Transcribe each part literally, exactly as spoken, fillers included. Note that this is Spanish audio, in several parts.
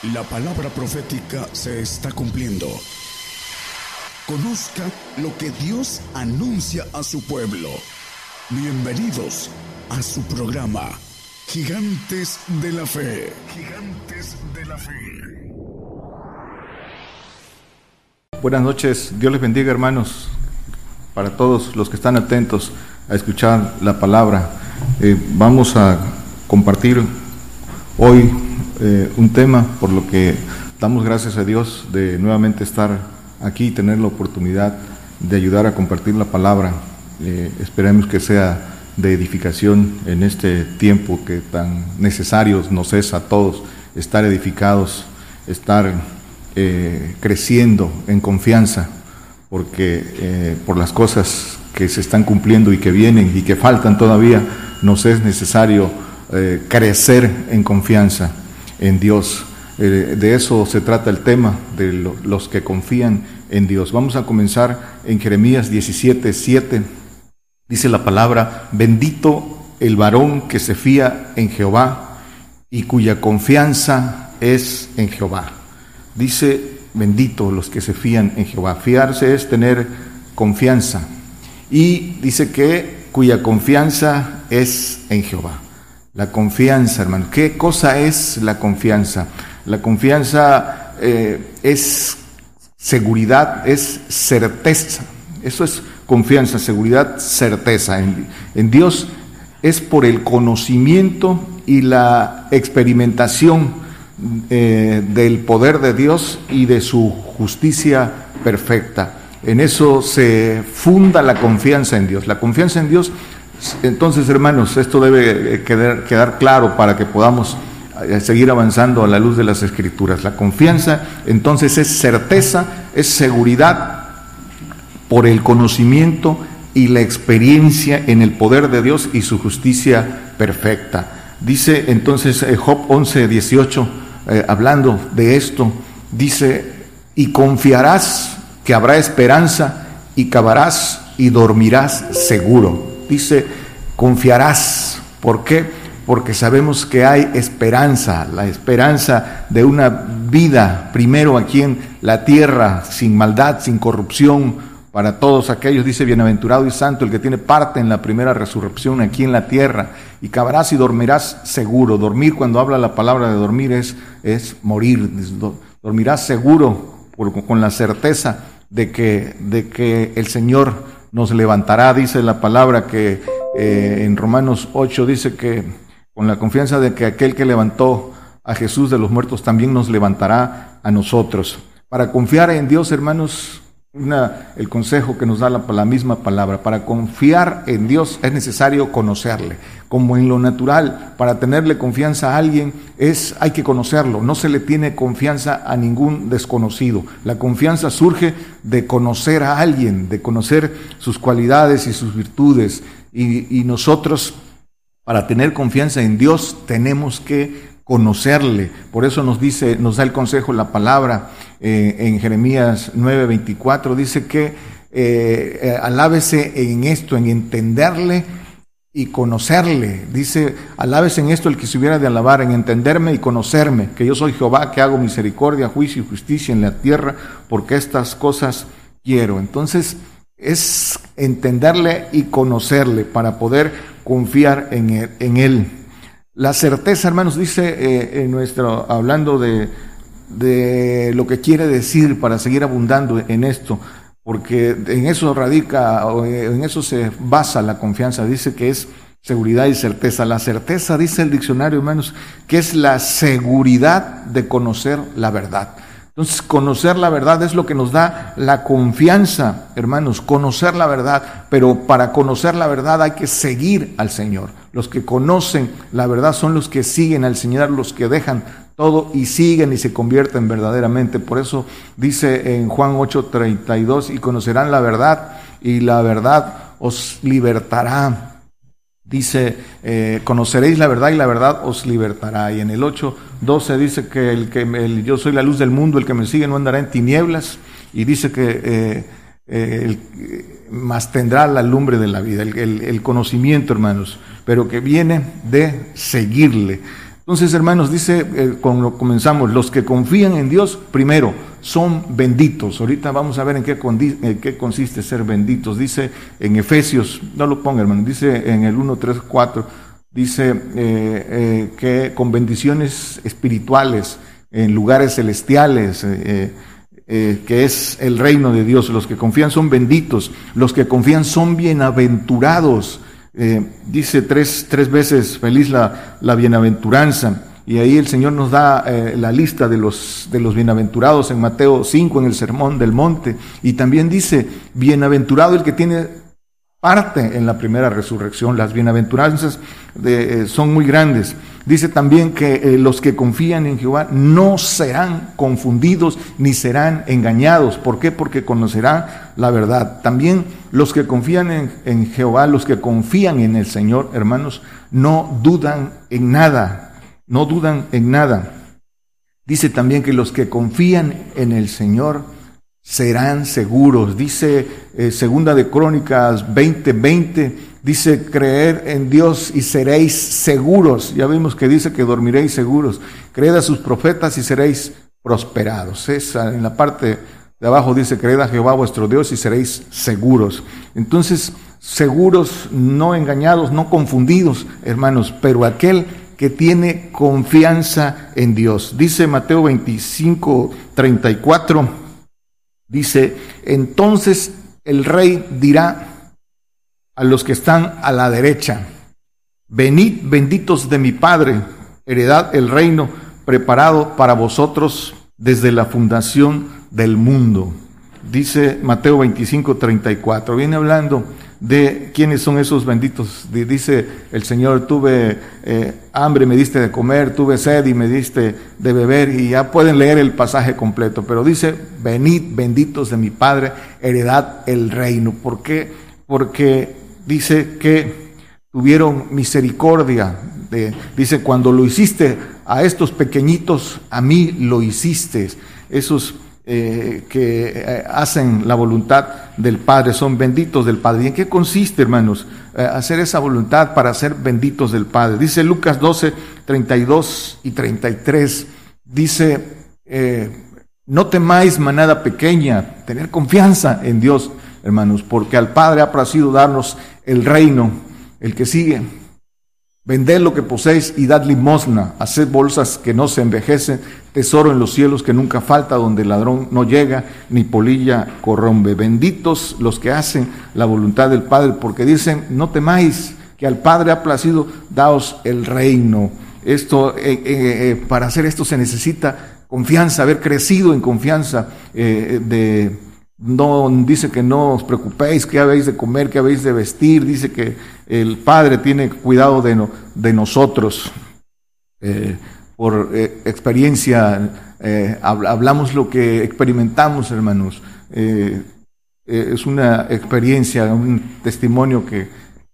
La palabra profética se está cumpliendo. Conozca lo que Dios anuncia a su pueblo. Bienvenidos a su programa, Gigantes de la Fe. Gigantes de la Fe. Buenas noches, Dios les bendiga, hermanos, para todos los que están atentos a escuchar la palabra. Eh, vamos a compartir hoy eh, un tema, por lo que damos gracias a Dios de nuevamente estar aquí y tener la oportunidad de ayudar a compartir la palabra. Eh, esperemos que sea de edificación en este tiempo que tan necesario nos es a todos estar edificados, estar eh, creciendo en confianza, porque eh, por las cosas que se están cumpliendo y que vienen y que faltan todavía, nos es necesario eh, crecer en confianza en Dios. Eh, de eso se trata el tema, de lo, los que confían en Dios. Vamos a comenzar en Jeremías diecisiete, siete. Dice la palabra: bendito el varón que se fía en Jehová y cuya confianza es en Jehová. Dice: bendito los que se fían en Jehová. Fiarse es tener confianza. Y dice que cuya confianza es en Jehová. La confianza, hermano. ¿Qué cosa es la confianza? La confianza eh, es seguridad, es certeza. Eso es confianza, seguridad, certeza. En, en Dios es por el conocimiento y la experimentación eh, del poder de Dios y de su justicia perfecta. En eso se funda la confianza en Dios. La confianza en Dios, entonces, hermanos, esto debe quedar, quedar claro para que podamos seguir avanzando a la luz de las Escrituras. La confianza, entonces, es certeza, es seguridad por el conocimiento y la experiencia en el poder de Dios y su justicia perfecta. Dice entonces Job once, dieciocho, eh, hablando de esto, dice: y confiarás que habrá esperanza, y cavarás y dormirás seguro. Dice: confiarás. ¿Por qué? Porque sabemos que hay esperanza, la esperanza de una vida primero aquí en la tierra, sin maldad, sin corrupción, para todos aquellos. Dice: bienaventurado y santo el que tiene parte en la primera resurrección aquí en la tierra. Y cavarás y dormirás seguro. Dormir, cuando habla la palabra de dormir, es, es morir. Dormirás seguro, por, con la certeza de que, de que el Señor nos levantará. Dice la palabra que eh, en Romanos ocho dice que con la confianza de que aquel que levantó a Jesús de los muertos también nos levantará a nosotros. Para confiar en Dios, hermanos, una, el consejo que nos da la, la misma palabra: para confiar en Dios es necesario conocerle. Como en lo natural, para tenerle confianza a alguien es hay que conocerlo. No se le tiene confianza a ningún desconocido. La confianza surge de conocer a alguien, de conocer sus cualidades y sus virtudes. Y, y nosotros, para tener confianza en Dios, tenemos que conocerle. Por eso nos dice, nos da el consejo la palabra eh, en Jeremías nueve, veinticuatro, dice que eh, eh, alábese en esto, en entenderle y conocerle. Dice: alábese en esto el que se hubiera de alabar, en entenderme y conocerme, que yo soy Jehová, que hago misericordia, juicio y justicia en la tierra, porque estas cosas quiero. Entonces es entenderle y conocerle para poder confiar en él. En él. La certeza, hermanos, dice eh, en nuestro, hablando de, de lo que quiere decir, para seguir abundando en esto, porque en eso radica, o en eso se basa la confianza. Dice que es seguridad y certeza. La certeza, dice el diccionario, hermanos, que es la seguridad de conocer la verdad. Entonces, conocer la verdad es lo que nos da la confianza, hermanos, conocer la verdad. Pero para conocer la verdad hay que seguir al Señor. Los que conocen la verdad son los que siguen al Señor, los que dejan todo y siguen y se convierten verdaderamente. Por eso dice en Juan ocho, treinta y dos: y conocerán la verdad, y la verdad os libertará. Dice, eh, conoceréis la verdad y la verdad os libertará. Y en el ocho, doce dice que, el que el, yo soy la luz del mundo, el que me sigue no andará en tinieblas. Y dice que eh, eh, el, más tendrá la lumbre de la vida, el, el, el conocimiento, hermanos, pero que viene de seguirle. Entonces, hermanos, dice, eh, cuando comenzamos, los que confían en Dios, primero, son benditos. Ahorita vamos a ver en qué, condi- en qué consiste ser benditos. Dice en Efesios, no lo ponga, hermano, dice en el uno, tres, cuatro, dice eh, eh, que con bendiciones espirituales en lugares celestiales, eh, eh, que es el reino de Dios. Los que confían son benditos, los que confían son bienaventurados. Eh, dice tres, tres veces feliz la, la bienaventuranza, y ahí el Señor nos da eh, la lista de los, de los bienaventurados en Mateo cinco, en el Sermón del Monte, y también dice, bienaventurado el que tiene parte en la primera resurrección. Las bienaventuranzas de, eh, son muy grandes. Dice también que eh, los que confían en Jehová no serán confundidos ni serán engañados. ¿Por qué? Porque conocerán la verdad. También los que confían en, en Jehová, los que confían en el Señor, hermanos, no dudan en nada, no dudan en nada. Dice también que los que confían en el Señor serán seguros. Dice eh, Segunda de Crónicas veinte, veinte, dice, creer en Dios y seréis seguros. Ya vimos que dice que dormiréis seguros. Creed a sus profetas y seréis prosperados. Esa, en la parte de abajo dice, creed a Jehová vuestro Dios y seréis seguros. Entonces, seguros, no engañados, no confundidos, hermanos, pero aquel que tiene confianza en Dios. Dice Mateo veinticinco, treinta y cuatro, dice, entonces el rey dirá a los que están a la derecha, venid benditos de mi Padre, heredad el reino preparado para vosotros desde la fundación del mundo. Dice Mateo veinticinco, treinta y cuatro, viene hablando de quiénes son esos benditos. Dice el Señor, tuve eh, hambre, me diste de comer, tuve sed y me diste de beber, y ya pueden leer el pasaje completo, pero dice, venid benditos de mi Padre, heredad el reino. ¿Por qué? Porque dice que tuvieron misericordia. De, dice, cuando lo hiciste a estos pequeñitos, a mí lo hiciste. Esos eh, que eh, hacen la voluntad del Padre son benditos del Padre. ¿Y en qué consiste, hermanos, eh, hacer esa voluntad para ser benditos del Padre? Dice Lucas doce, treinta y dos y treinta y tres, dice, eh, no temáis manada pequeña, tener confianza en Dios, hermanos, porque al Padre ha placido darnos el reino. El que sigue, vended lo que poseéis y dad limosna, haced bolsas que no se envejecen, tesoro en los cielos que nunca falta, donde el ladrón no llega, ni polilla corrompe. Benditos los que hacen la voluntad del Padre, porque dicen, no temáis, que al Padre ha placido daos el reino. Esto, eh, eh, eh, para hacer esto se necesita confianza, haber crecido en confianza eh, de... No dice que no os preocupéis, qué habéis de comer, qué habéis de vestir. Dice que el Padre tiene cuidado de, no, de nosotros. Eh, por eh, experiencia, eh, hablamos lo que experimentamos, hermanos. Eh, eh, es una experiencia, un testimonio que,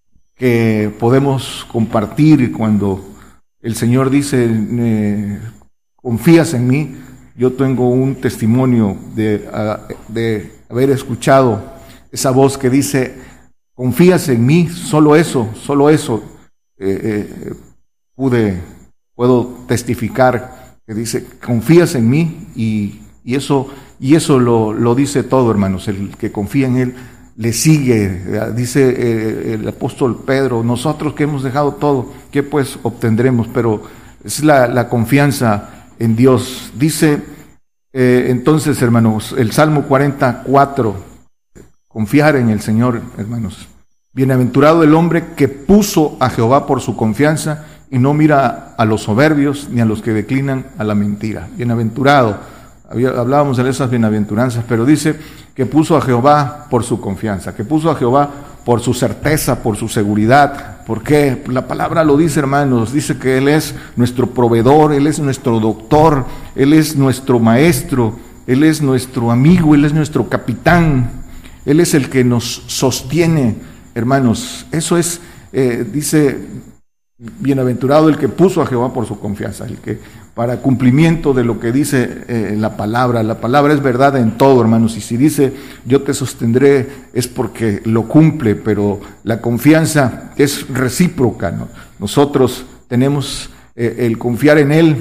que podemos compartir cuando el Señor dice, eh, confías en mí. Yo tengo un testimonio de, de haber escuchado esa voz que dice, confías en mí, solo eso, solo eso. Eh, eh, pude, puedo testificar que dice, confías en mí, y, y eso, y eso lo, lo dice todo, hermanos. El que confía en Él le sigue. Dice eh, el apóstol Pedro, nosotros que hemos dejado todo, ¿qué pues obtendremos? Pero es la, la confianza en Dios. Dice eh, entonces, hermanos, el Salmo cuarenta y cuatro, confiar en el Señor, hermanos. Bienaventurado el hombre que puso a Jehová por su confianza y no mira a los soberbios ni a los que declinan a la mentira. Bienaventurado, había, hablábamos de esas bienaventuranzas, pero dice que puso a Jehová por su confianza, que puso a Jehová por su certeza, por su seguridad. ¿Por qué? La palabra lo dice, hermanos, dice que Él es nuestro proveedor, Él es nuestro doctor, Él es nuestro maestro, Él es nuestro amigo, Él es nuestro capitán, Él es el que nos sostiene, hermanos. Eso es, eh, dice, bienaventurado el que puso a Jehová por su confianza, el que para cumplimiento de lo que dice eh, la palabra. La palabra es verdad en todo, hermanos, y si dice yo te sostendré es porque lo cumple, pero la confianza es recíproca, ¿no? Nosotros tenemos eh, el confiar en Él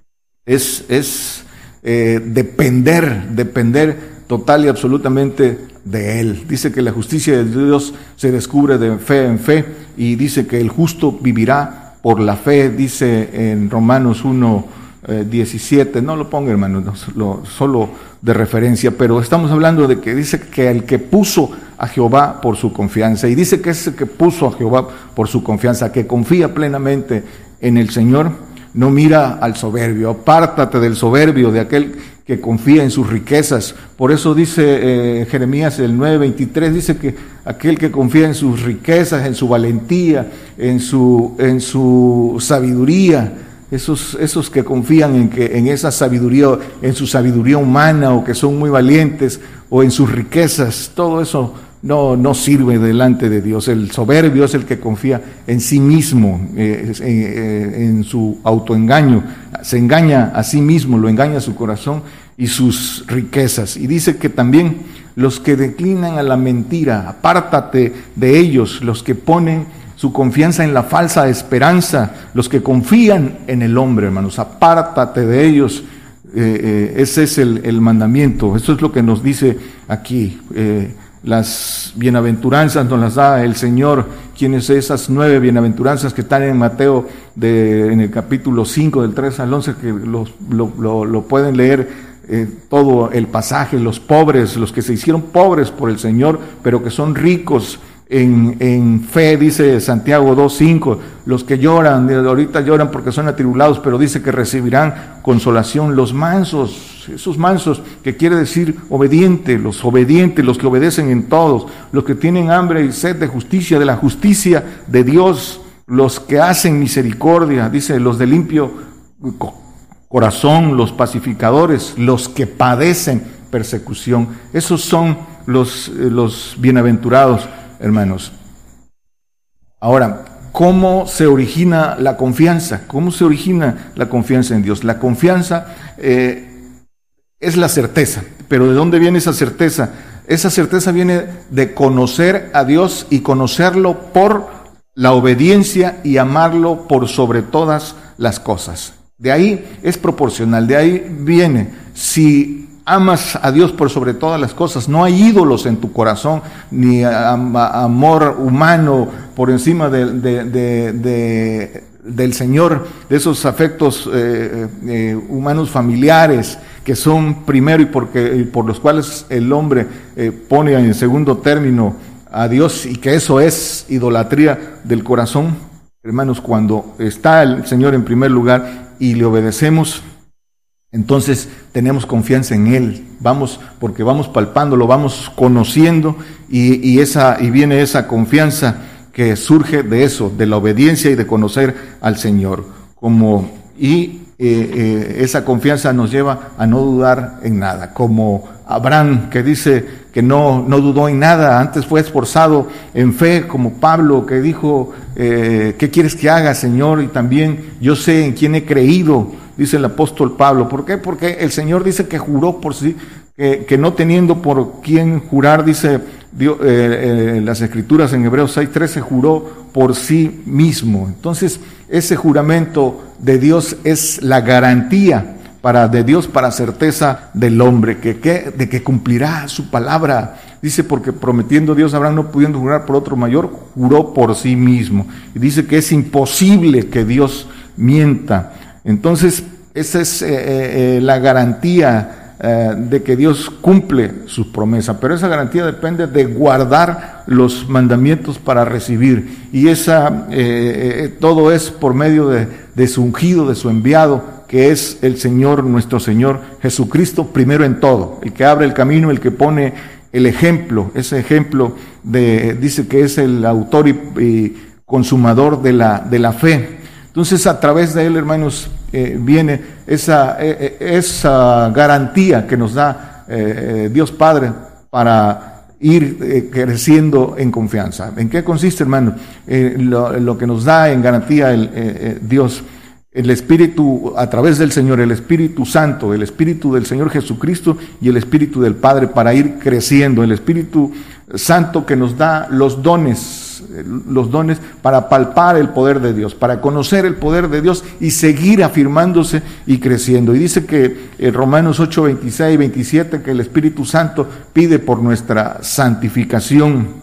es, es eh, depender, depender total y absolutamente de Él. Dice que la justicia de Dios se descubre de fe en fe, y dice que el justo vivirá por la fe, dice en Romanos uno diecisiete, no lo ponga, hermano, no, lo, solo de referencia, pero estamos hablando de que dice que el que puso a Jehová por su confianza, y dice que ese que puso a Jehová por su confianza, que confía plenamente en el Señor, no mira al soberbio. Apártate del soberbio, de aquel que confía en sus riquezas. Por eso dice eh, Jeremías el nueve veintitrés, dice que aquel que confía en sus riquezas, en su valentía, en su, en su sabiduría, esos, esos que confían en, que, en esa sabiduría, en su sabiduría humana, o que son muy valientes, o en sus riquezas, todo eso no, no sirve delante de Dios. El soberbio es el que confía en sí mismo, eh, eh, en su autoengaño, se engaña a sí mismo, lo engaña su corazón y sus riquezas. Y dice que también los que declinan a la mentira, apártate de ellos, los que ponen su confianza en la falsa esperanza, los que confían en el hombre, hermanos, apártate de ellos. Eh, eh, ese es el, el mandamiento. Eso es lo que nos dice aquí. Eh, las bienaventuranzas nos las da el Señor. ¿Quiénes son esas nueve bienaventuranzas que están en Mateo, de, en el capítulo cinco, del tres al once, que los, lo, lo, lo pueden leer eh, todo el pasaje? Los pobres, los que se hicieron pobres por el Señor, pero que son ricos En, en fe, dice Santiago dos cinco, los que lloran, ahorita lloran porque son atribulados, pero dice que recibirán consolación. Los mansos, esos mansos, que quiere decir obediente, los obedientes, los que obedecen en todos, los que tienen hambre y sed de justicia, de la justicia de Dios, los que hacen misericordia, dice los de limpio corazón, los pacificadores, los que padecen persecución. Esos son los, los bienaventurados, hermanos. Ahora, ¿cómo se origina la confianza? ¿Cómo se origina la confianza en Dios? La confianza eh, es la certeza. ¿Pero de dónde viene esa certeza? Esa certeza viene de conocer a Dios y conocerlo por la obediencia y amarlo por sobre todas las cosas. De ahí es proporcional, de ahí viene. Si amas a Dios por sobre todas las cosas, no hay ídolos en tu corazón, ni am- amor humano por encima de, de, de, de, del Señor, de esos afectos eh, eh, humanos familiares que son primero, y porque, y por los cuales el hombre eh, pone en segundo término a Dios, y que eso es idolatría del corazón. Hermanos, cuando está el Señor en primer lugar y le obedecemos, entonces tenemos confianza en Él, vamos, porque vamos palpándolo, vamos conociendo, y, y, esa, y viene esa confianza que surge de eso, de la obediencia y de conocer al Señor. Como, y eh, eh, esa confianza nos lleva a no dudar en nada, como Abraham, que dice que no, no dudó en nada, antes fue esforzado en fe, como Pablo, que dijo, eh, ¿qué quieres que haga, Señor? Y también yo sé en quién he creído, dice el apóstol Pablo. ¿Por qué? Porque el Señor dice que juró por sí, que, que no teniendo por quién jurar, dice Dios, eh, eh, las Escrituras en Hebreos seis trece, juró por sí mismo. Entonces, ese juramento de Dios es la garantía para, de Dios para certeza del hombre, que, que, de que cumplirá su palabra. Dice, porque prometiendo Dios a Abraham, no pudiendo jurar por otro mayor, juró por sí mismo. Y dice que es imposible que Dios mienta. Entonces, esa es eh, eh, la garantía eh, de que Dios cumple sus promesas, pero esa garantía depende de guardar los mandamientos para recibir, y esa eh, eh, todo es por medio de, de su ungido, de su enviado, que es el Señor, nuestro Señor Jesucristo, primero en todo, el que abre el camino, el que pone el ejemplo, ese ejemplo de, dice que es el autor y, y consumador de la, de la fe. Entonces, a través de él, hermanos, eh, viene esa, eh, esa garantía que nos da eh, Dios Padre para ir eh, creciendo en confianza. ¿En qué consiste, hermano? Eh, lo, lo que nos da en garantía el, eh, Dios, el Espíritu, a través del Señor, el Espíritu Santo, el Espíritu del Señor Jesucristo y el Espíritu del Padre, para ir creciendo. El Espíritu Santo que nos da los dones los dones para palpar el poder de Dios, para conocer el poder de Dios y seguir afirmándose y creciendo. Y dice que en Romanos ocho, veintiséis y veintisiete que el Espíritu Santo pide por nuestra santificación.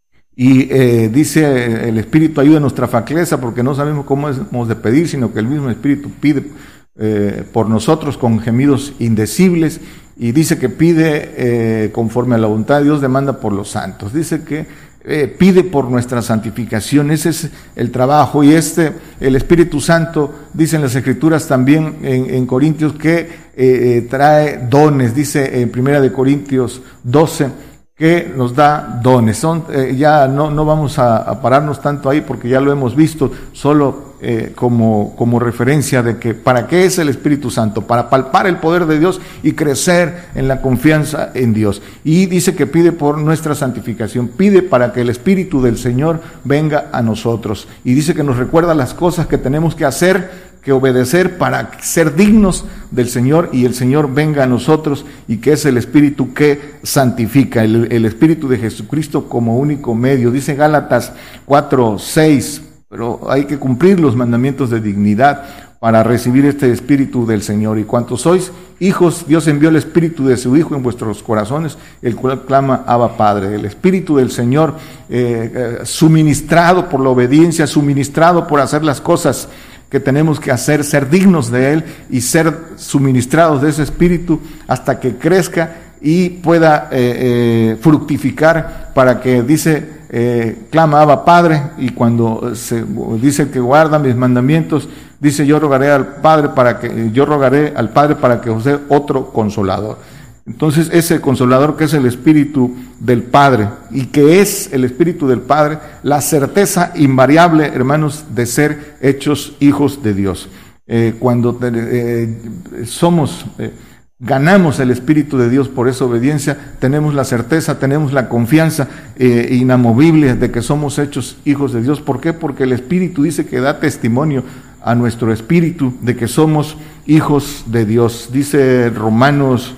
Y eh, dice el Espíritu ayuda a nuestra flaqueza porque no sabemos cómo hemos de pedir, sino que el mismo Espíritu pide eh, por nosotros con gemidos indecibles. Y dice que pide eh, conforme a la voluntad de Dios, demanda por los santos. Dice que eh, pide por nuestra santificación. Ese es el trabajo. Y este, el Espíritu Santo, dicen las Escrituras también en, en Corintios, que eh, eh, trae dones. Dice en Primera de Corintios doce, que nos da dones. Son, eh, ya no, no vamos a, a pararnos tanto ahí porque ya lo hemos visto, solo eh, como, como referencia de que para qué es el Espíritu Santo, para palpar el poder de Dios y crecer en la confianza en Dios. Y dice que pide por nuestra santificación, pide para que el Espíritu del Señor venga a nosotros. Y dice que nos recuerda las cosas que tenemos que hacer, que obedecer para ser dignos del Señor y el Señor venga a nosotros, y que es el Espíritu que santifica, el, el Espíritu de Jesucristo como único medio. Dice Gálatas cuatro, seis, pero hay que cumplir los mandamientos de dignidad para recibir este Espíritu del Señor. Y cuantos sois hijos, Dios envió el Espíritu de su Hijo en vuestros corazones, el cual clama Abba Padre. El Espíritu del Señor eh, eh, suministrado por la obediencia, suministrado por hacer las cosas que tenemos que hacer, ser dignos de Él y ser suministrados de ese Espíritu hasta que crezca y pueda eh, eh, fructificar, para que dice, eh, clama Abba Padre, y cuando se dice que guarda mis mandamientos, dice yo rogaré al Padre para que yo rogaré al Padre para que os dé otro consolador. Entonces ese consolador que es el Espíritu del Padre, y que es el Espíritu del Padre la certeza invariable, hermanos, de ser hechos hijos de Dios. Eh, cuando eh, somos, eh, ganamos el Espíritu de Dios por esa obediencia, tenemos la certeza, tenemos la confianza eh, inamovible de que somos hechos hijos de Dios. ¿Por qué? Porque el Espíritu dice que da testimonio a nuestro espíritu de que somos hijos de Dios. Dice Romanos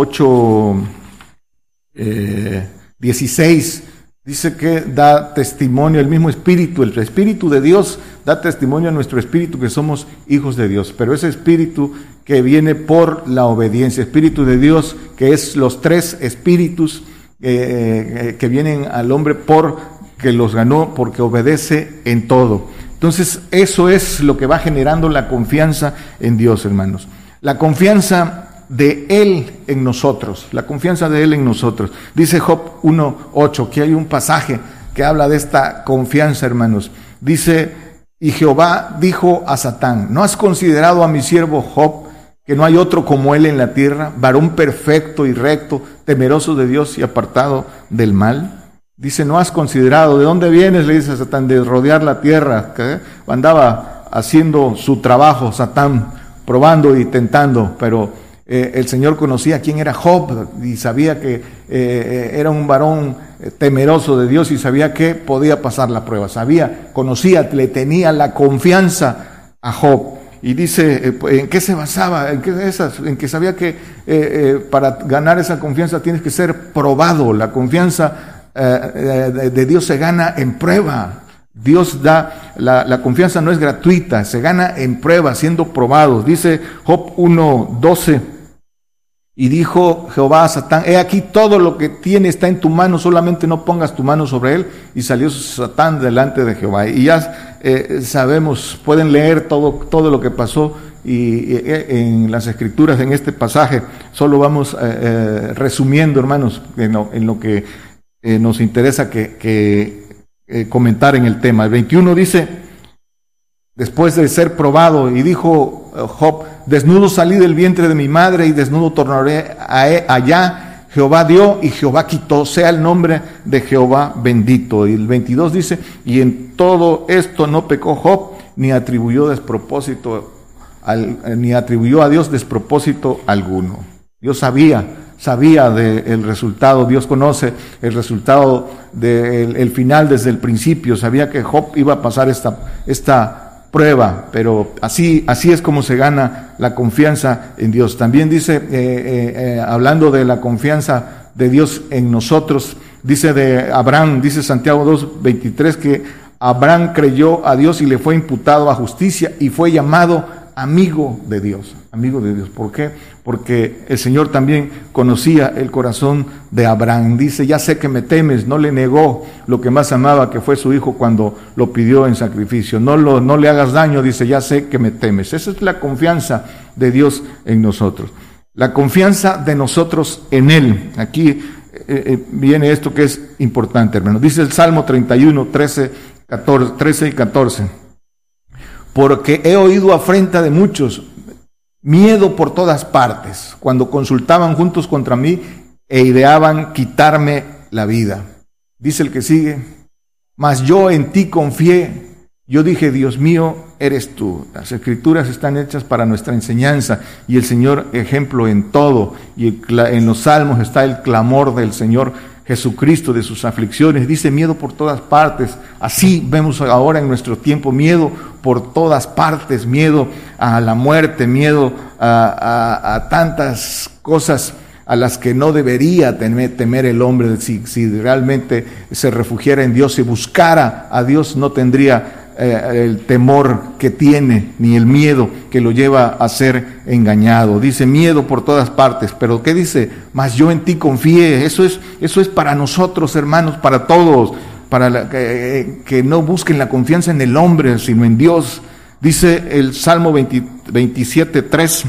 ocho, eh, dieciséis, dice que da testimonio el mismo Espíritu, el Espíritu de Dios da testimonio a nuestro espíritu que somos hijos de Dios, pero ese Espíritu que viene por la obediencia, Espíritu de Dios, que es los tres espíritus eh, que vienen al hombre por que los ganó, porque obedece en todo. Entonces eso es lo que va generando la confianza en Dios, hermanos. La confianza de Él en nosotros, la confianza de Él en nosotros. Dice Job uno, ocho, que hay un pasaje que habla de esta confianza, hermanos. Dice, y Jehová dijo a Satán, ¿no has considerado a mi siervo Job, que no hay otro como él en la tierra, varón perfecto y recto, temeroso de Dios y apartado del mal? Dice, ¿no has considerado? ¿De dónde vienes? Le dice a Satán, de rodear la tierra. ¿Qué? Andaba haciendo su trabajo Satán, probando y tentando, pero Eh, el Señor conocía quién era Job y sabía que eh, era un varón temeroso de Dios y sabía que podía pasar la prueba. Sabía, conocía, le tenía la confianza a Job. Y dice, eh, ¿en qué se basaba? En, qué esas, en que sabía que eh, eh, para ganar esa confianza tienes que ser probado. La confianza eh, de, de Dios se gana en prueba. Dios da, la, la confianza no es gratuita, se gana en prueba, siendo probados. Dice Job uno, doce. Y dijo Jehová a Satán, he aquí todo lo que tiene está en tu mano, solamente no pongas tu mano sobre él. Y salió Satán delante de Jehová. Y ya eh, sabemos, pueden leer todo, todo lo que pasó y, y en las Escrituras, en este pasaje. Solo vamos eh, eh, resumiendo, hermanos, en lo, en lo que eh, nos interesa que, que eh, comentar en el tema. El veintiuno dice, después de ser probado, y dijo Job, desnudo salí del vientre de mi madre y desnudo tornaré allá. Jehová dio y Jehová quitó, sea el nombre de Jehová bendito. Y el veintidós dice, y en todo esto no pecó Job, ni atribuyó despropósito, al, ni atribuyó a Dios despropósito alguno. Dios sabía, sabía del resultado, Dios conoce el resultado del el final desde el principio, sabía que Job iba a pasar esta, esta prueba, pero así, así es como se gana la confianza en Dios. También dice, eh, eh, eh, hablando de la confianza de Dios en nosotros, Dice de Abraham, dice Santiago dos veintitrés, que Abraham creyó a Dios y le fue imputado a justicia y fue llamado amigo de Dios. Amigo de Dios. ¿Por qué? Porque el Señor también conocía el corazón de Abraham. Dice, ya sé que me temes. No le negó lo que más amaba, que fue su hijo, cuando lo pidió en sacrificio. No, lo, no le hagas daño, dice, ya sé que me temes. Esa es la confianza de Dios en nosotros. La confianza de nosotros en Él. Aquí eh, eh, viene esto que es importante, hermano. Dice el Salmo treinta y uno, trece, catorce, trece y catorce. Porque he oído afrenta de muchos, miedo por todas partes, cuando consultaban juntos contra mí e ideaban quitarme la vida. Dice el que sigue, mas yo en ti confié, yo dije, Dios mío, eres tú. Las escrituras están hechas para nuestra enseñanza y el Señor ejemplo en todo, y el, en los salmos está el clamor del Señor Jesucristo de sus aflicciones. Dice miedo por todas partes. Así vemos ahora en nuestro tiempo, miedo por todas partes, miedo a la muerte, miedo a, a, a tantas cosas a las que no debería temer, temer el hombre. Si, si realmente se refugiara en Dios, si buscara a Dios, no tendría eh, el temor que tiene, ni el miedo que lo lleva a ser engañado. Dice miedo por todas partes, pero ¿qué dice? Mas yo en ti confié. Eso es, eso es para nosotros, hermanos, para todos, para la, que, que no busquen la confianza en el hombre, sino en Dios. Dice el Salmo veinte, veintisiete, tres,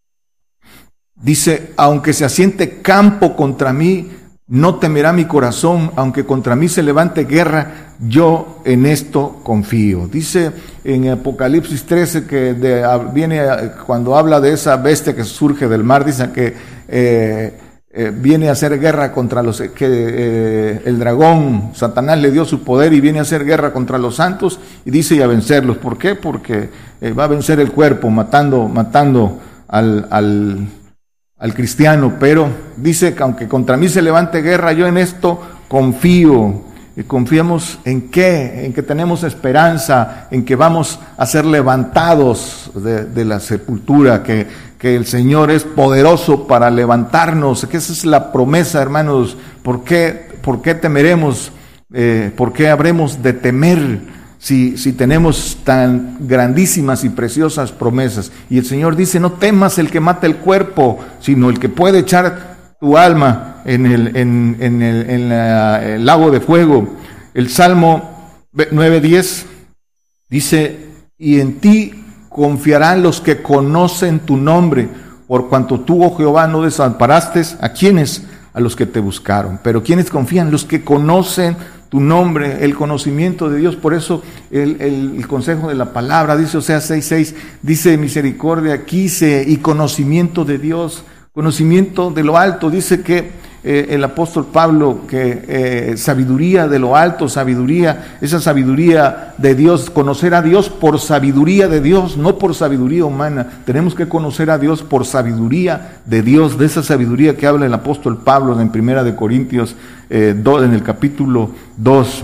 dice, aunque se asiente campo contra mí, no temerá mi corazón, aunque contra mí se levante guerra, yo en esto confío. Dice en Apocalipsis trece que de, viene cuando habla de esa bestia que surge del mar, dice que eh, eh, viene a hacer guerra contra los que eh, el dragón, Satanás le dio su poder y viene a hacer guerra contra los santos, y dice y a vencerlos. ¿Por qué? Porque eh, va a vencer el cuerpo, matando, matando al, al al cristiano, pero dice que aunque contra mí se levante guerra, yo en esto confío. Y confiamos en qué, en que tenemos esperanza, en que vamos a ser levantados de, de la sepultura, que, que el Señor es poderoso para levantarnos, que esa es la promesa, hermanos. ¿Por qué, por qué temeremos? Eh, ¿Por qué habremos de temer? Si, si tenemos tan grandísimas y preciosas promesas. Y el Señor dice, no temas el que mata el cuerpo, sino el que puede echar tu alma en el, en, en el, en la, el lago de fuego. El Salmo nueve diez dice, y en ti confiarán los que conocen tu nombre, por cuanto tú, oh Jehová, no desamparaste a quienes, a los que te buscaron. Pero ¿quiénes confían? Los que conocen tu nombre, el conocimiento de Dios. Por eso el, el, el consejo de la palabra dice, Oseas seis seis, dice misericordia, quise y conocimiento de Dios, conocimiento de lo alto. Dice que eh, el apóstol Pablo, que eh, sabiduría de lo alto, sabiduría, esa sabiduría de Dios, conocer a Dios por sabiduría de Dios, no por sabiduría humana. Tenemos que conocer a Dios por sabiduría de Dios, de esa sabiduría que habla el apóstol Pablo en Primera de Corintios eh, dos, en el capítulo dos.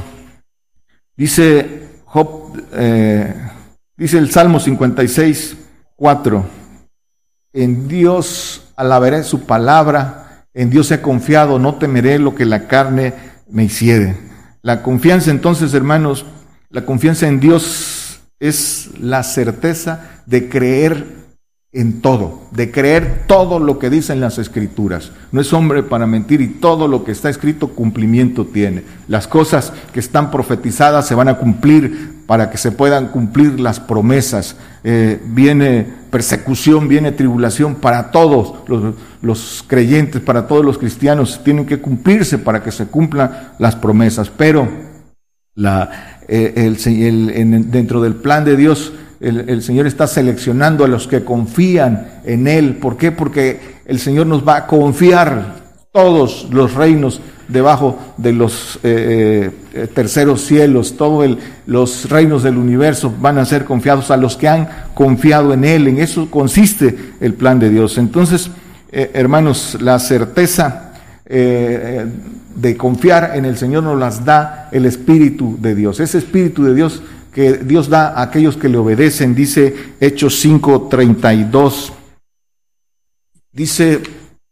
Dice Job, eh, dice el Salmo cincuenta y seis, cuatro, en Dios alabaré su palabra, en Dios he confiado, no temeré lo que la carne me hiciere. La confianza, entonces, hermanos, la confianza en Dios es la certeza de creer en todo, de creer todo lo que dicen las Escrituras. No es hombre para mentir, y todo lo que está escrito cumplimiento tiene. Las cosas que están profetizadas se van a cumplir para que se puedan cumplir las promesas. Eh, viene persecución, viene tribulación para todos los, los creyentes, para todos los cristianos. Tienen que cumplirse para que se cumplan las promesas. Pero la, eh, el, el, en, dentro del plan de Dios, El, el Señor está seleccionando a los que confían en Él. ¿Por qué? Porque el Señor nos va a confiar todos los reinos debajo de los eh, eh, terceros cielos. Todos los reinos del universo van a ser confiados a los que han confiado en Él. En eso consiste el plan de Dios. Entonces, eh, hermanos, la certeza eh, de confiar en el Señor nos las da el Espíritu de Dios. Ese Espíritu de Dios que Dios da a aquellos que le obedecen. Dice Hechos cinco treinta y dos, dice,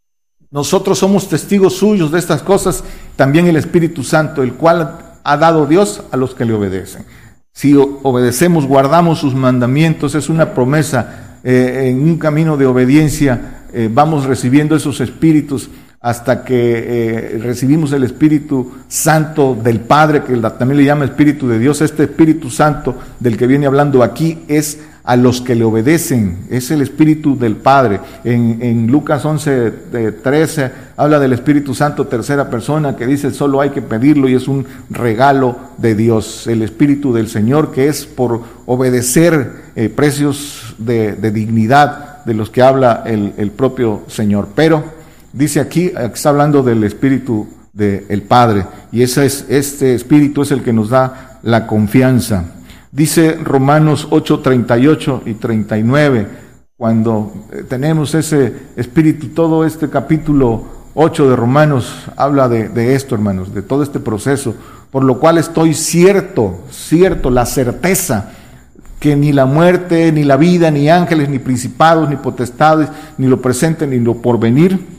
nosotros somos testigos suyos de estas cosas, también el Espíritu Santo, el cual ha dado Dios a los que le obedecen. Si obedecemos, guardamos sus mandamientos, es una promesa, eh, en un camino de obediencia, eh, vamos recibiendo esos espíritus hasta que eh, recibimos el Espíritu Santo del Padre, que también le llama Espíritu de Dios. Este Espíritu Santo del que viene hablando aquí es a los que le obedecen, es el Espíritu del Padre. En, en Lucas once, trece, habla del Espíritu Santo, tercera persona, que dice solo hay que pedirlo y es un regalo de Dios. El Espíritu del Señor, que es por obedecer eh, precios de, de dignidad de los que habla el, el propio Señor. Pero dice aquí, está hablando del Espíritu del Padre, y ese es, este Espíritu es el que nos da la confianza. Dice Romanos ocho, treinta y ocho y treinta y nueve, cuando tenemos ese Espíritu, todo este capítulo ocho de Romanos habla de, de esto, hermanos, de todo este proceso, por lo cual estoy cierto, cierto, la certeza, que ni la muerte, ni la vida, ni ángeles, ni principados, ni potestades, ni lo presente, ni lo porvenir,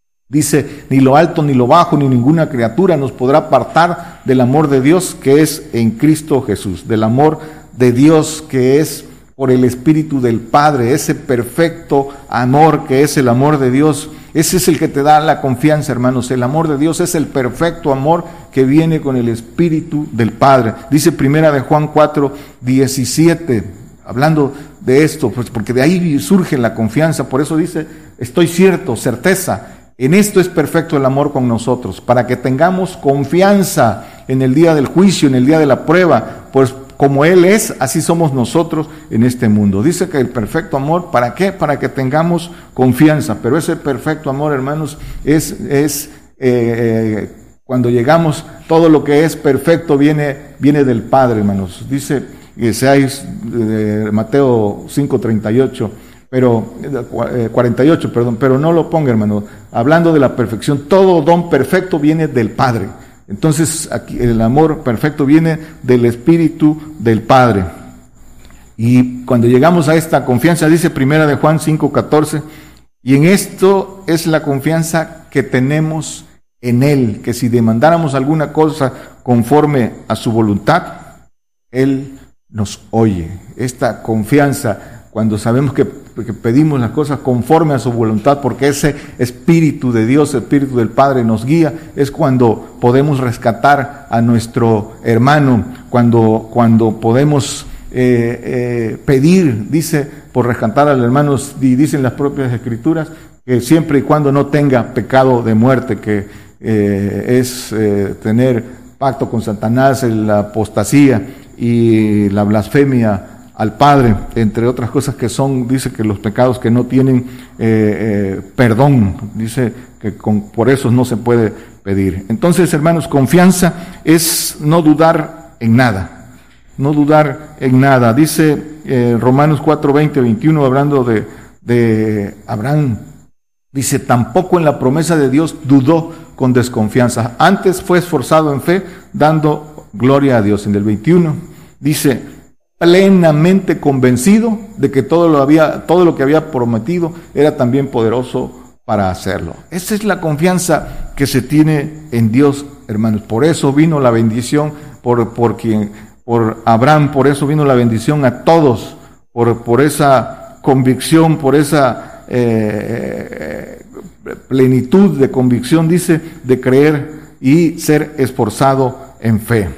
dice, ni lo alto, ni lo bajo, ni ninguna criatura nos podrá apartar del amor de Dios que es en Cristo Jesús, del amor de Dios que es por el Espíritu del Padre, ese perfecto amor que es el amor de Dios. Ese es el que te da la confianza, hermanos. El amor de Dios es el perfecto amor que viene con el Espíritu del Padre. Dice primera de Juan cuatro, diecisiete, hablando de esto, pues porque de ahí surge la confianza. Por eso dice, estoy cierto, certeza. En esto es perfecto el amor con nosotros, para que tengamos confianza en el día del juicio, en el día de la prueba, pues como Él es, así somos nosotros en este mundo. Dice que el perfecto amor, ¿para qué? Para que tengamos confianza, pero ese perfecto amor, hermanos, es, es eh, cuando llegamos, todo lo que es perfecto viene, viene del Padre, hermanos. Dice que seáis, eh, Mateo cinco, treinta y ocho, pero eh, cuarenta y ocho, perdón, pero no lo ponga, hermano, hablando de la perfección, todo don perfecto viene del Padre. Entonces, aquí el amor perfecto viene del Espíritu del Padre. Y cuando llegamos a esta confianza, dice primera de Juan cinco, catorce, y en esto es la confianza que tenemos en Él, que si demandáramos alguna cosa conforme a su voluntad, Él nos oye. Esta confianza, cuando sabemos que, que pedimos las cosas conforme a su voluntad, porque ese Espíritu de Dios, el Espíritu del Padre nos guía, es cuando podemos rescatar a nuestro hermano, cuando, cuando podemos eh, eh, pedir, dice, por rescatar al hermano, y dicen las propias Escrituras, que siempre y cuando no tenga pecado de muerte, que eh, es eh, tener pacto con Satanás, la apostasía y la blasfemia al Padre, entre otras cosas que son, dice que los pecados que no tienen eh, eh, perdón, dice que con, por eso no se puede pedir. Entonces, hermanos, confianza es no dudar en nada, no dudar en nada. Dice eh, Romanos cuatro, veinte, veintiuno, hablando de, de Abraham, dice, tampoco en la promesa de Dios dudó con desconfianza, antes fue esforzado en fe, dando gloria a Dios. En el veintiuno dice, plenamente convencido de que todo lo había, todo lo que había prometido era también poderoso para hacerlo. Esa es la confianza que se tiene en Dios, hermanos. Por eso vino la bendición por, por quien, por Abraham, por eso vino la bendición a todos, por, por esa convicción, por esa eh, plenitud de convicción, dice, de creer y ser esforzado en fe.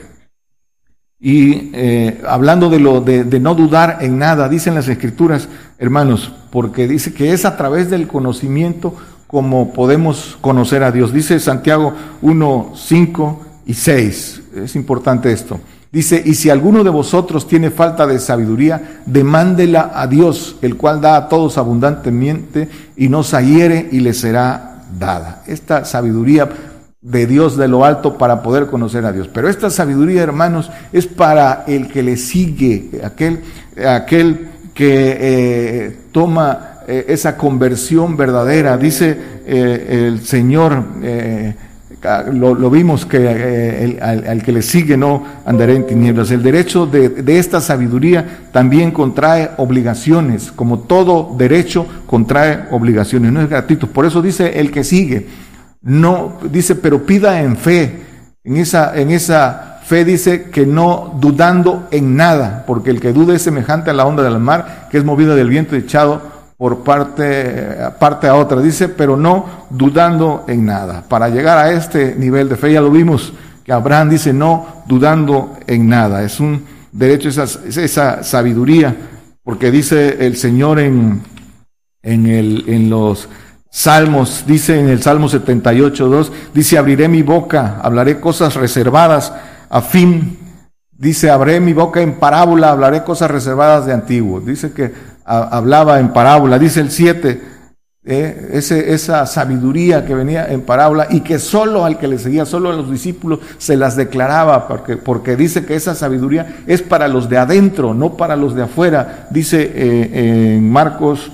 Y eh, hablando de lo de, de no dudar en nada, dicen las Escrituras, hermanos, porque dice que es a través del conocimiento como podemos conocer a Dios. Dice Santiago uno, cinco y seis, es importante esto. Dice, y si alguno de vosotros tiene falta de sabiduría, demándela a Dios, el cual da a todos abundantemente y no se hiere y le será dada. Esta sabiduría de Dios de lo alto para poder conocer a Dios. Pero esta sabiduría, hermanos, es para el que le sigue, aquel, aquel que eh, toma eh, esa conversión verdadera. Dice eh, el Señor eh, lo, lo vimos que eh, el, al, al que le sigue no andará en tinieblas. El derecho de, de esta sabiduría también contrae obligaciones, como todo derecho contrae obligaciones, no es gratuito. Por eso dice el que sigue, no, dice, pero pida en fe, en esa, en esa fe dice que no dudando en nada, porque el que duda es semejante a la onda del mar, que es movida del viento y echado por parte, parte a otra. Dice, pero no dudando en nada. Para llegar a este nivel de fe, ya lo vimos, que Abraham dice, no dudando en nada. Es un derecho, esa, esa sabiduría, porque dice el Señor en, en, el, en los Salmos, dice en el Salmo setenta y ocho, dos, dice, abriré mi boca, hablaré cosas reservadas, a fin, dice, abriré mi boca en parábola, hablaré cosas reservadas de antiguo. Dice que hablaba en parábola. Dice el siete, eh, ese, esa sabiduría que venía en parábola y que solo al que le seguía, solo a los discípulos se las declaraba, porque, porque dice que esa sabiduría es para los de adentro, no para los de afuera. Dice eh, en Marcos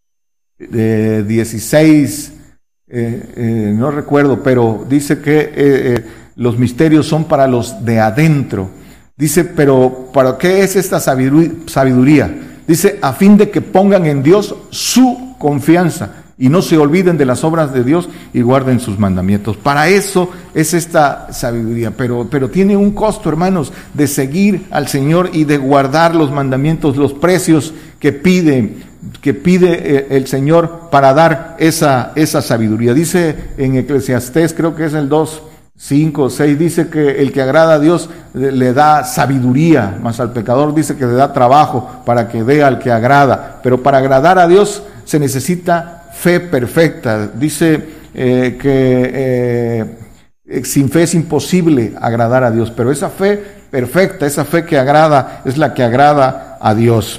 eh, dieciséis, eh, eh, no recuerdo, pero dice que eh, eh, los misterios son para los de adentro. Dice, pero ¿para qué es esta sabiduría? Dice, a fin de que pongan en Dios su confianza y no se olviden de las obras de Dios y guarden sus mandamientos. Para eso es esta sabiduría, pero, pero tiene un costo, hermanos, de seguir al Señor y de guardar los mandamientos, los precios que pide, que pide el Señor para dar esa, esa sabiduría. Dice en Eclesiastés, creo que es el dos, cinco, seis, dice que el que agrada a Dios le da sabiduría, mas al pecador dice que le da trabajo para que dé al que agrada. Pero para agradar a Dios se necesita fe perfecta. Dice eh, que eh, sin fe es imposible agradar a Dios, pero esa fe perfecta, esa fe que agrada, es la que agrada a Dios.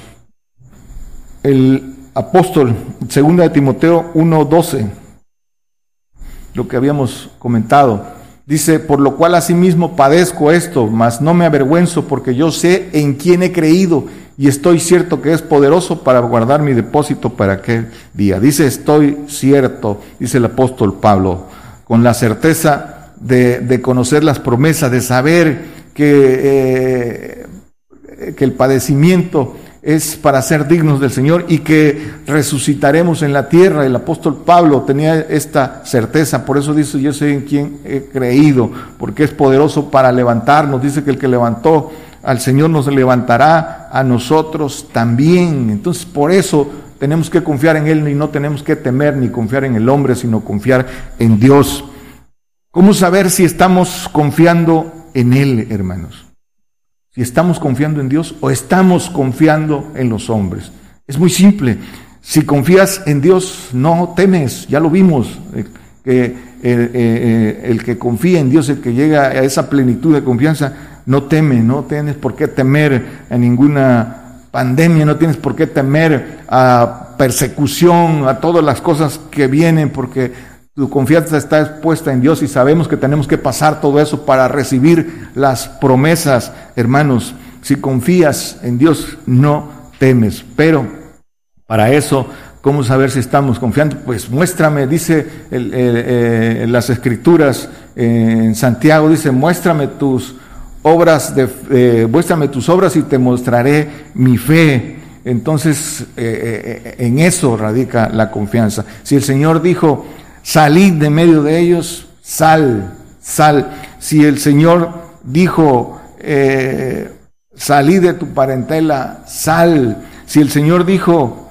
El apóstol, segunda de Timoteo uno doce, lo que habíamos comentado, dice, por lo cual asimismo padezco esto, mas no me avergüenzo, porque yo sé en quién he creído y estoy cierto que es poderoso para guardar mi depósito para aquel día. Dice, estoy cierto, dice el apóstol Pablo, con la certeza de, de conocer las promesas, de saber que, eh, que el padecimiento es para ser dignos del Señor y que resucitaremos en la tierra. El apóstol Pablo tenía esta certeza, por eso dice, yo sé en quién he creído, porque es poderoso para levantarnos. Dice que el que levantó al Señor nos levantará a nosotros también. Entonces, por eso tenemos que confiar en Él y no tenemos que temer ni confiar en el hombre, sino confiar en Dios. ¿Cómo saber si estamos confiando en Él, hermanos? Si estamos confiando en Dios o estamos confiando en los hombres. Es muy simple. Si confías en Dios, no temes. Ya lo vimos. Eh, que eh, eh, el que confía en Dios, el que llega a esa plenitud de confianza, no teme. No tienes por qué temer a ninguna pandemia. No tienes por qué temer a persecución, a todas las cosas que vienen, porque tu confianza está expuesta en Dios y sabemos que tenemos que pasar todo eso para recibir las promesas, hermanos. Si confías en Dios, no temes. Pero para eso, ¿cómo saber si estamos confiando? Pues muéstrame, dice el, el, el, las Escrituras eh, en Santiago, dice, muéstrame tus obras, de, eh, muéstrame tus obras y te mostraré mi fe. Entonces, eh, eh, en eso radica la confianza. Si el Señor dijo, salid de medio de ellos, sal, sal. Si el Señor dijo, eh, salid de tu parentela, sal. Si el Señor dijo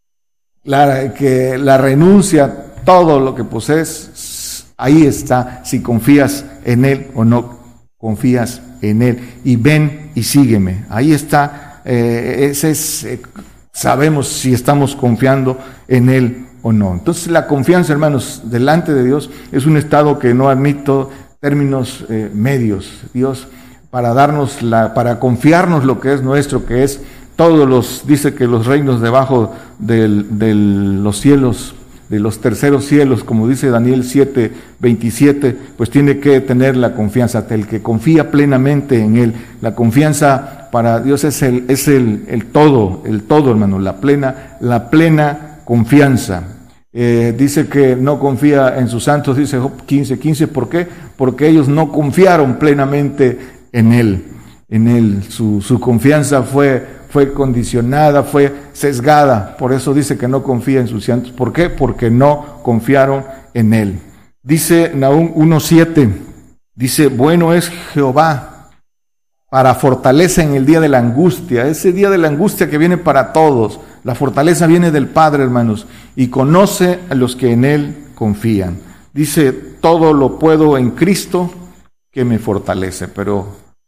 la, que la renuncia, todo lo que posees, ahí está, si confías en Él o no confías en Él. Y ven y sígueme. Ahí está, eh, ese es, eh, sabemos si estamos confiando en Él o no. Entonces la confianza, hermanos, delante de Dios es un estado que no admite términos eh, medios. Dios, para darnos la, para confiarnos lo que es nuestro, que es todos los, dice que los reinos debajo de los cielos, de los terceros cielos, como dice Daniel siete veintisiete, pues tiene que tener la confianza. El que confía plenamente en Él, la confianza para Dios es el, es el, el todo, el todo, hermano, la plena, la plena confianza. Eh, dice que no confía en sus santos, dice Job quince quince, ¿por qué? porque ellos no confiaron plenamente en Él. En Él, su, su confianza fue, fue condicionada, fue sesgada. Por eso dice que no confía en sus santos. ¿Por qué? Porque no confiaron en Él. Dice Nahum uno siete, dice, bueno es Jehová para fortaleza en el día de la angustia, ese día de la angustia que viene para todos. La fortaleza viene del Padre, hermanos, y conoce a los que en Él confían. Dice, todo lo puedo en Cristo que me fortalece, pero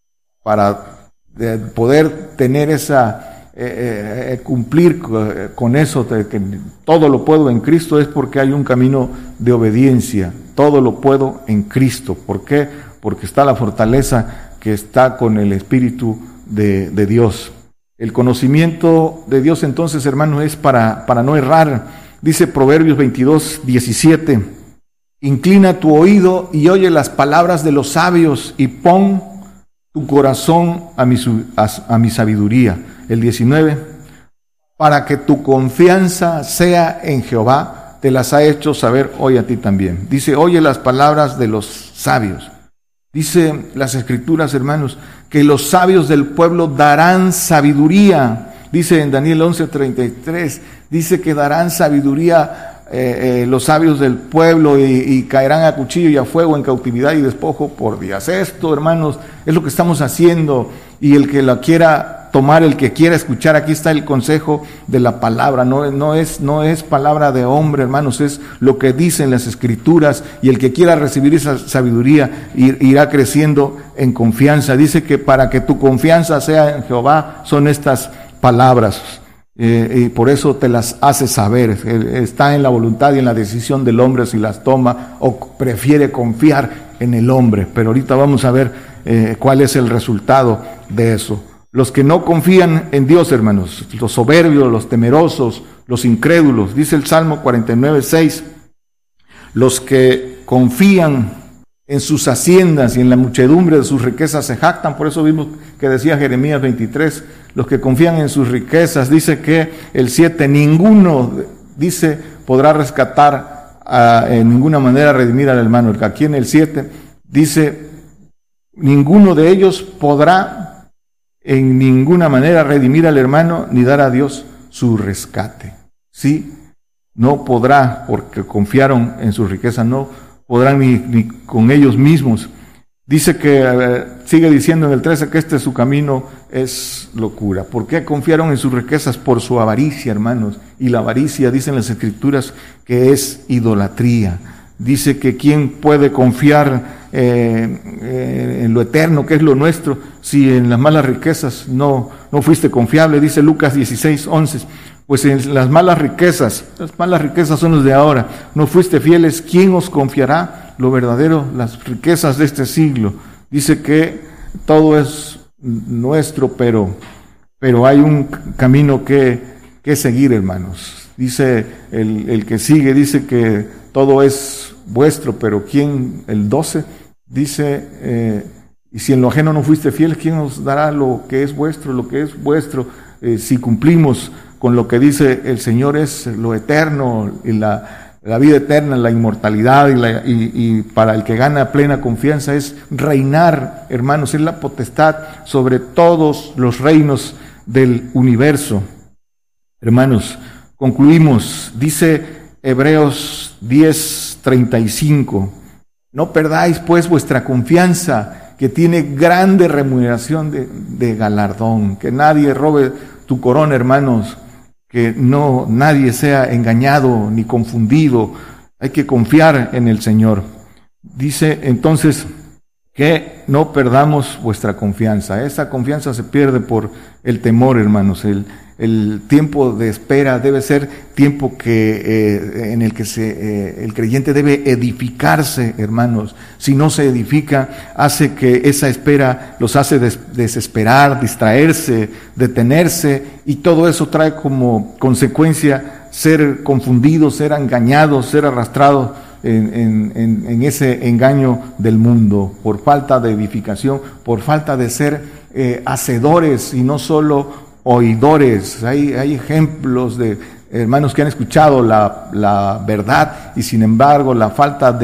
para poder tener esa, eh, eh, cumplir con eso, de que todo lo puedo en Cristo, es porque hay un camino de obediencia. Todo lo puedo en Cristo. ¿Por qué? Porque está la fortaleza que está con el Espíritu de, de Dios. El conocimiento de Dios, entonces, hermanos, es para, para no errar. Dice Proverbios veintidós diecisiete, inclina tu oído y oye las palabras de los sabios y pon tu corazón a mi, a, a mi sabiduría. El diecinueve, para que tu confianza sea en Jehová, te las ha hecho saber hoy a ti también. Dice, oye las palabras de los sabios. Dice las Escrituras, hermanos, que los sabios del pueblo darán sabiduría. Dice en Daniel once treinta y tres, dice que darán sabiduría eh, eh, los sabios del pueblo y, y caerán a cuchillo y a fuego en cautividad y despojo por días. Esto, hermanos, es lo que estamos haciendo, y el que la quiera tomar, el que quiera escuchar, aquí está el consejo de la palabra. No, no es, no es palabra de hombre, hermanos, es lo que dicen las Escrituras, y el que quiera recibir esa sabiduría irá creciendo en confianza. Dice que para que tu confianza sea en Jehová son estas palabras, eh, y por eso te las hace saber. Está en la voluntad y en la decisión del hombre si las toma o prefiere confiar en el hombre. Pero ahorita vamos a ver eh, cuál es el resultado de eso. Los que no confían en Dios, hermanos, los soberbios, los temerosos, los incrédulos, dice el Salmo cuarenta y nueve seis, los que confían en sus haciendas y en la muchedumbre de sus riquezas se jactan. Por eso vimos que decía Jeremías veintitrés, los que confían en sus riquezas. Dice que el siete, ninguno, dice, podrá rescatar, a, en ninguna manera redimir al hermano. Aquí en el siete dice, ninguno de ellos podrá en ninguna manera redimir al hermano ni dar a Dios su rescate. Sí, no podrá, porque confiaron en su riqueza, no podrán ni, ni con ellos mismos. Dice que, eh, sigue diciendo en el trece, que este su camino es locura. ¿Por qué confiaron en sus riquezas? Por su avaricia, hermanos. Y la avaricia, dicen las Escrituras, que es idolatría. Dice que quién puede confiar eh, eh, en lo eterno, que es lo nuestro, si en las malas riquezas no, no fuiste confiable. Dice Lucas dieciséis once, pues en las malas riquezas, las malas riquezas son las de ahora, no fuiste fieles, ¿quién os confiará lo verdadero, las riquezas de este siglo? Dice que todo es nuestro, pero, pero hay un camino que, que seguir, hermanos. Dice el, el que sigue, dice que todo es vuestro, pero ¿quién? El doce dice, eh, y si en lo ajeno no fuiste fiel, ¿quién os dará lo que es vuestro? Lo que es vuestro, eh, si cumplimos con lo que dice el Señor, es lo eterno, y la, la vida eterna, la inmortalidad, y, la, y, y para el que gana plena confianza es reinar, hermanos, es la potestad sobre todos los reinos del universo. Hermanos, concluimos, dice Hebreos diez treinta y cinco, no perdáis pues vuestra confianza, que tiene grande remuneración de, de galardón. Que nadie robe tu corona, hermanos, que no nadie sea engañado ni confundido. Hay que confiar en el Señor. Dice entonces que no perdamos vuestra confianza. Esa confianza se pierde por el temor, hermanos. El, el tiempo de espera debe ser tiempo que eh, en el que se, eh, el creyente debe edificarse, hermanos. Si no se edifica, hace que esa espera los hace des- desesperar, distraerse, detenerse, y todo eso trae como consecuencia ser confundidos, ser engañados, ser arrastrados En, en, en ese engaño del mundo, por falta de edificación, por falta de ser eh, hacedores y no solo oidores. Hay, hay ejemplos de hermanos que han escuchado la, la verdad y sin embargo la falta de,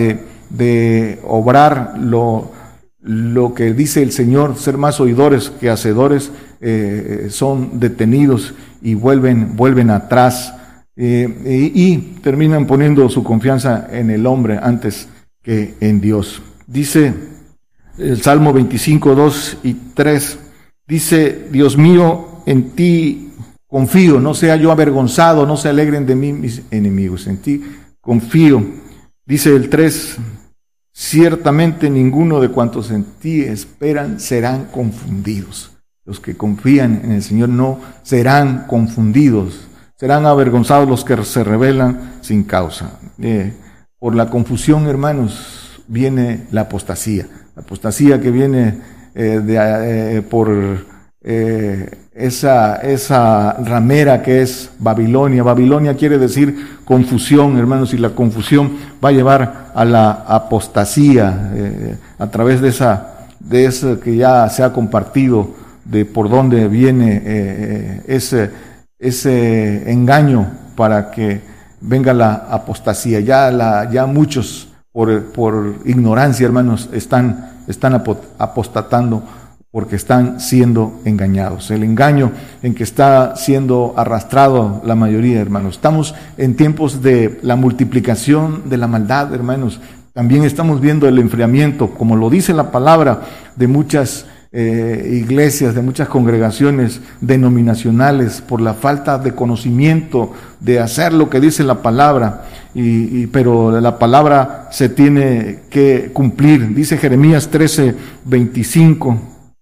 de obrar lo, lo que dice el Señor, ser más oidores que hacedores, eh, son detenidos y vuelven, vuelven atrás, eh, y, y terminan poniendo su confianza en el hombre antes que en Dios. Dice el Salmo veinticinco, dos y tres, dice: Dios mío, en ti confío, no sea yo avergonzado, no se alegren de mí mis enemigos, en ti confío. Dice el tres: ciertamente ninguno de cuantos en ti esperan serán confundidos. Los que confían en el Señor no serán confundidos, serán avergonzados los que se rebelan sin causa. Eh, por la confusión, hermanos, viene la apostasía. La apostasía que viene eh, de, eh, por eh, esa, esa ramera que es Babilonia. Babilonia quiere decir confusión, hermanos, y la confusión va a llevar a la apostasía eh, a través de esa, de eso que ya se ha compartido, de por dónde viene eh, ese, ese engaño para que venga la apostasía. Ya, la, ya muchos por, por ignorancia, hermanos, están, están apostatando porque están siendo engañados. El engaño en que está siendo arrastrado la mayoría, hermanos. Estamos en tiempos de la multiplicación de la maldad, hermanos. También estamos viendo el enfriamiento, como lo dice la palabra, de muchas eh, iglesias, de muchas congregaciones denominacionales, por la falta de conocimiento de hacer lo que dice la palabra. Y, y, pero la palabra se tiene que cumplir. Dice Jeremías trece, veinticinco.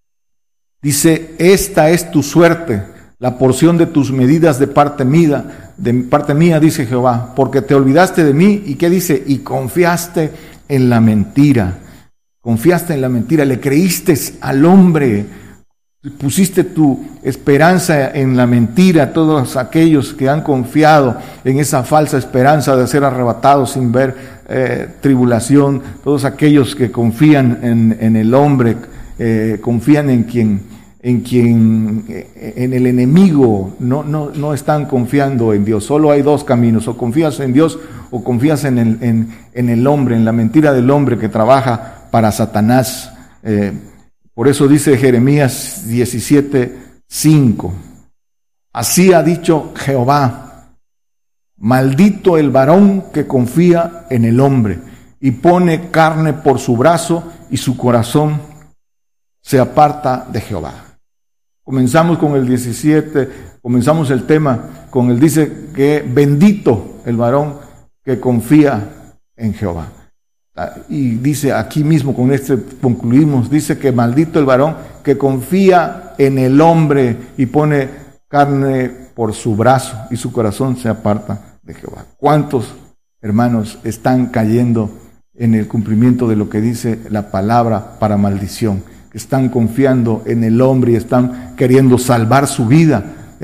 Dice: esta es tu suerte, la porción de tus medidas de parte mía, de parte mía, dice Jehová, porque te olvidaste de mí. ¿Y qué dice? Y confiaste en la mentira. Confiaste en la mentira, le creíste al hombre, pusiste tu esperanza en la mentira. Todos aquellos que han confiado en esa falsa esperanza de ser arrebatados sin ver eh, tribulación, todos aquellos que confían en, en el hombre, eh, confían en quien, en quien, eh, en el enemigo, no, no, no están confiando en Dios. Solo hay dos caminos: o confías en Dios o confías en el, en, en el hombre, en la mentira del hombre que trabaja para Satanás. Eh, por eso dice Jeremías diecisiete, cinco: así ha dicho Jehová, maldito el varón que confía en el hombre y pone carne por su brazo y su corazón se aparta de Jehová. Comenzamos con el diecisiete, comenzamos el tema con el dice que bendito el varón que confía en Jehová. Y dice aquí mismo, con este concluimos, dice que maldito el varón que confía en el hombre y pone carne por su brazo y su corazón se aparta de Jehová. ¿Cuántos hermanos están cayendo en el cumplimiento de lo que dice la palabra para maldición? Que están confiando en el hombre y están queriendo salvar su vida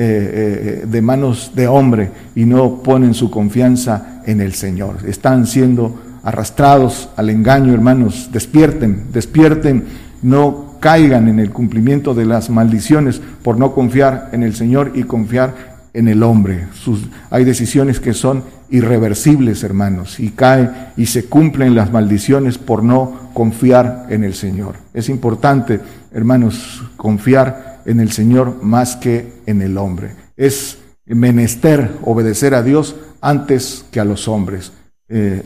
eh, eh, de manos de hombre y no ponen su confianza en el Señor. Están siendo arrastrados al engaño, hermanos. Despierten, despierten, no caigan en el cumplimiento de las maldiciones por no confiar en el Señor y confiar en el hombre. Sus, hay decisiones que son irreversibles, hermanos, y caen y se cumplen las maldiciones por no confiar en el Señor. Es importante, hermanos, confiar en el Señor más que en el hombre. Es menester obedecer a Dios antes que a los hombres. Eh,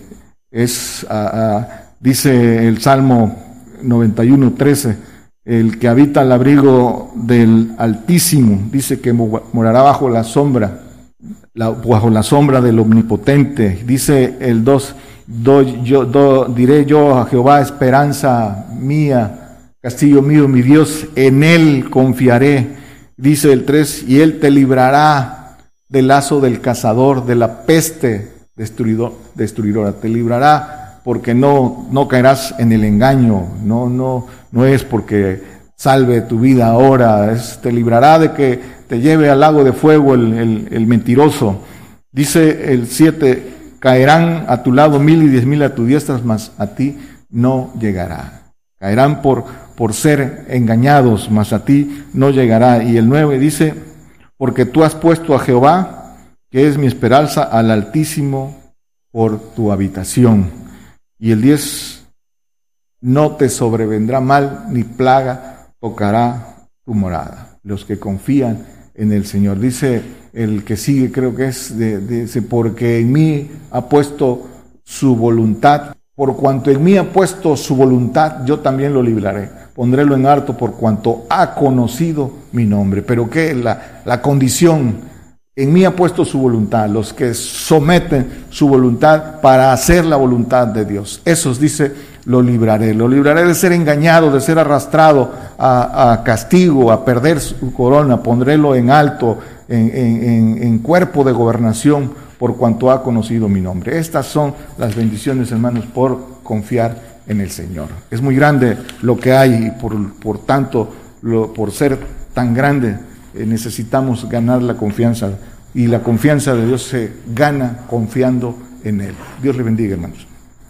Es, uh, uh, dice el Salmo noventa y uno, trece, el que habita al abrigo del Altísimo, dice que morará bajo la sombra, la, bajo la sombra del Omnipotente. Dice el dos, do, yo, do, diré yo a Jehová, esperanza mía, castillo mío, mi Dios, en él confiaré. Dice el tres, y él te librará del lazo del cazador, de la peste Destruidor, destruidora, te librará porque no, no caerás en el engaño. No, no, no es porque salve tu vida ahora, es, te librará de que te lleve al lago de fuego el, el, el mentiroso. Dice el siete, caerán a tu lado mil y diez mil a tu diestra, mas a ti no llegará. Caerán por, por ser engañados, mas a ti no llegará. Y el nueve dice, porque tú has puesto a Jehová, que es mi esperanza, al Altísimo por tu habitación. Y el diez, no te sobrevendrá mal, ni plaga tocará tu morada. Los que confían en el Señor. Dice el que sigue, creo que es, de, de, dice, porque en mí ha puesto su voluntad, por cuanto en mí ha puesto su voluntad, yo también lo libraré. Pondrélo en alto por cuanto ha conocido mi nombre. Pero ¿qué? La, la condición, en mí ha puesto su voluntad, los que someten su voluntad para hacer la voluntad de Dios. Esos, dice, lo libraré. Lo libraré de ser engañado, de ser arrastrado a, a castigo, a perder su corona. Pondrélo en alto, en, en, en cuerpo de gobernación, por cuanto ha conocido mi nombre. Estas son las bendiciones, hermanos, por confiar en el Señor. Es muy grande lo que hay y por, por tanto, lo, por ser tan grande, eh, necesitamos ganar la confianza, y la confianza de Dios se gana confiando en Él. Dios le bendiga, hermanos.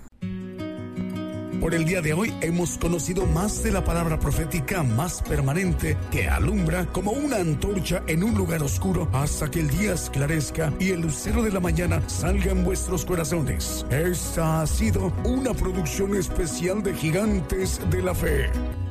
Por el día de hoy hemos conocido más de la palabra profética más permanente que alumbra como una antorcha en un lugar oscuro hasta que el día esclarezca y el lucero de la mañana salga en vuestros corazones. Esta ha sido una producción especial de Gigantes de la Fe.